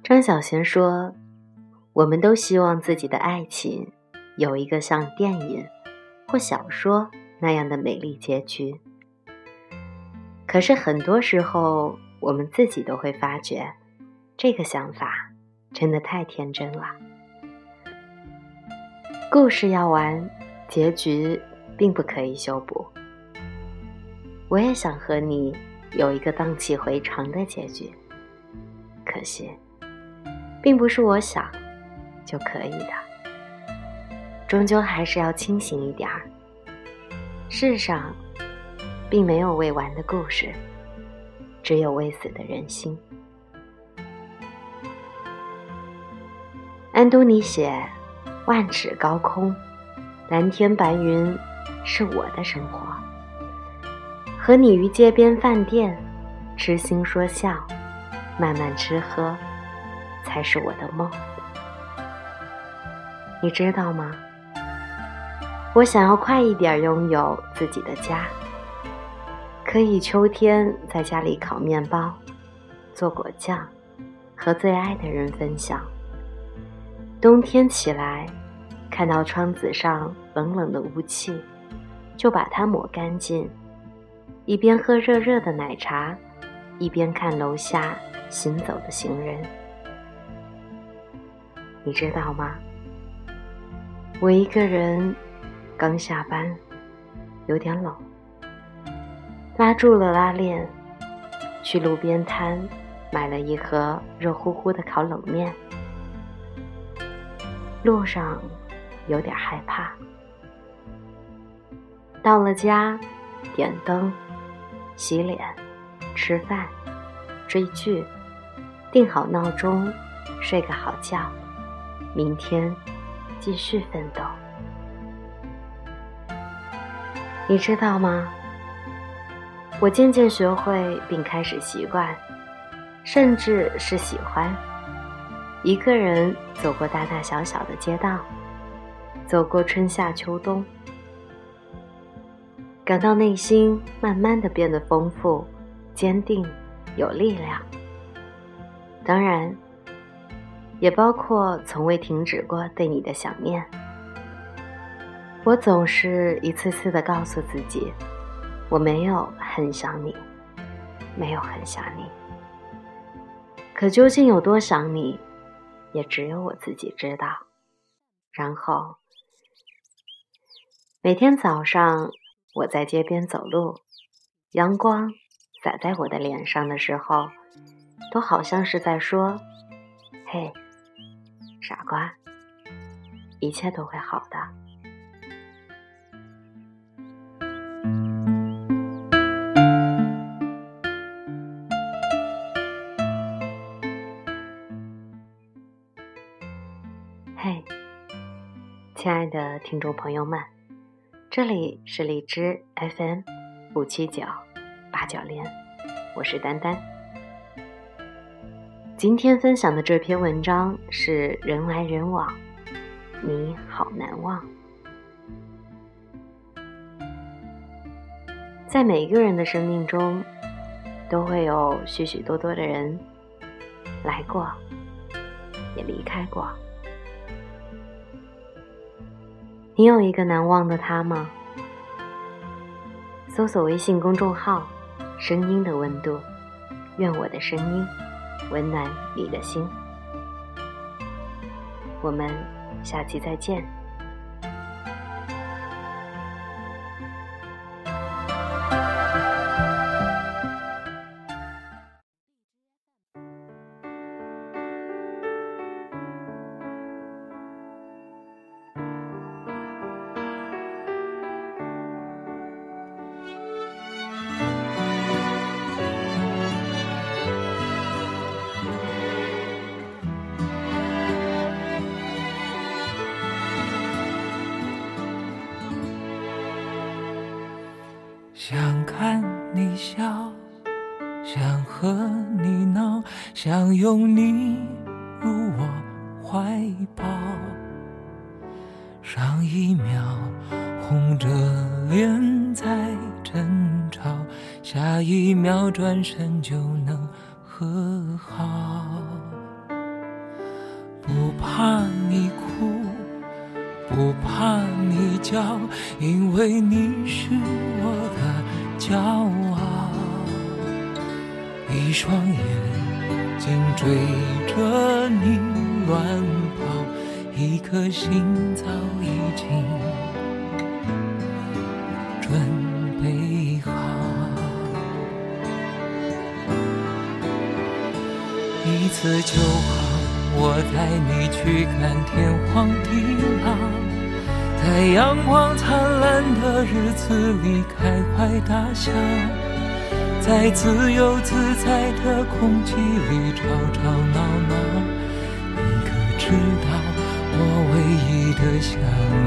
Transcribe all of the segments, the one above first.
张小娴说，我们都希望自己的爱情有一个像电影或小说那样的美丽结局。可是很多时候，我们自己都会发觉，这个想法真的太天真了。故事要完，结局并不可以修补。我也想和你有一个荡气回肠的结局，可惜并不是我想就可以的，终究还是要清醒一点儿。世上并没有未完的故事，只有未死的人心。安东尼写，万尺高空，蓝天白云是我的生活，和你于街边饭店痴心说笑，慢慢吃喝，才是我的梦。你知道吗？我想要快一点拥有自己的家，可以秋天在家里烤面包，做果酱，和最爱的人分享。冬天起来，看到窗子上冷冷的雾气，就把它抹干净，一边喝热热的奶茶，一边看楼下行走的行人。你知道吗？我一个人刚下班，有点冷，拉住了拉链，去路边摊买了一盒热乎乎的烤冷面。路上有点害怕，到了家，点灯，洗脸，吃饭，追剧，定好闹钟，睡个好觉，明天继续奋斗。你知道吗？我渐渐学会并开始习惯，甚至是喜欢一个人走过大大小小的街道，走过春夏秋冬，感到内心慢慢地变得丰富、坚定、有力量。当然，也包括从未停止过对你的想念。我总是一次次地告诉自己，我没有很想你，没有很想你。可究竟有多想你，也只有我自己知道。然后每天早上我在街边走路，阳光洒在我的脸上的时候，都好像是在说，嘿，傻瓜，一切都会好的。嘿，亲爱的听众朋友们，这里是荔枝 FM5798960，我是丹丹。今天分享的这篇文章是人来人往，你好难忘。在每一个人的生命中，都会有许许多多的人来过，也离开过。你有一个难忘的他吗？搜索微信公众号声音的温度，愿我的声音温暖你的心。我们下期再见。 想看你笑，想和你闹，想拥你入我怀抱。上一秒红着脸在争吵，下一秒转身就能和好。 不怕你哭，不怕你叫，因为你是我的骄傲。一双眼睛追着你乱跑，一颗心早已经准备好。一次就好，我带你去看天荒地老，在阳光灿烂的日子里开怀大笑，在自由自在的空气里吵吵闹闹。你可知道我唯一的想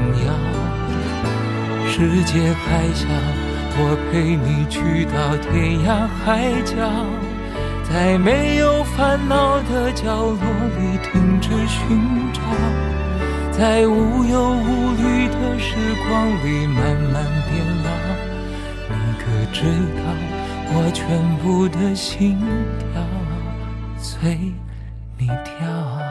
要？世界还小，我陪你去到天涯海角，在没有烦恼的角落里停止寻找，在无忧无虑的时光里慢慢变老。你可知道我全部的心跳随你跳？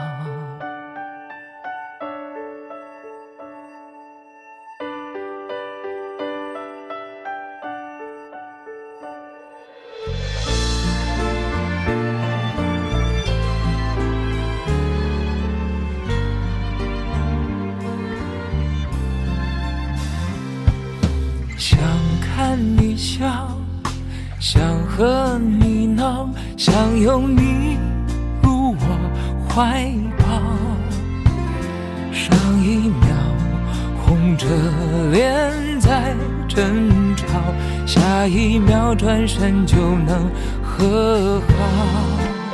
想看你笑，想和你闹，想拥你入我怀抱。上一秒红着脸在争吵，下一秒转身就能和好。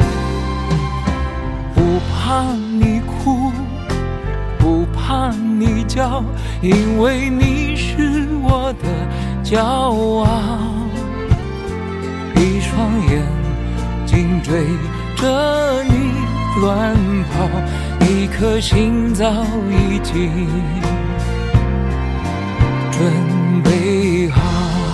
不怕你哭，不怕你叫，因为你是我的骄傲。一双眼睛追着你乱跑，一颗心早已经准备好。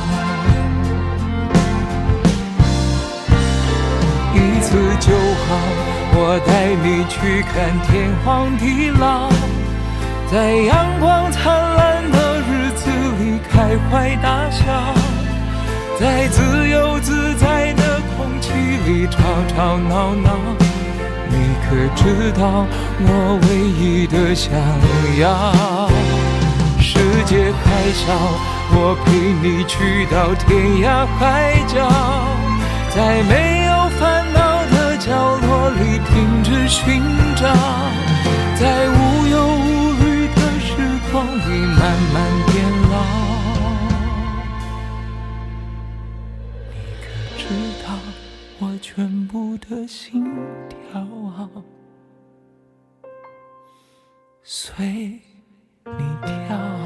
一次就好，我带你去看天荒地老，在阳光灿烂的日子里开怀大笑，在自由自在的空气里吵吵闹闹。你可知道我唯一的想要？世界还小，我陪你去到天涯海角，在没有烦恼的角落里停止寻找，在无忧无虑的时光里慢慢变老。你可知道我全部的心跳随你跳？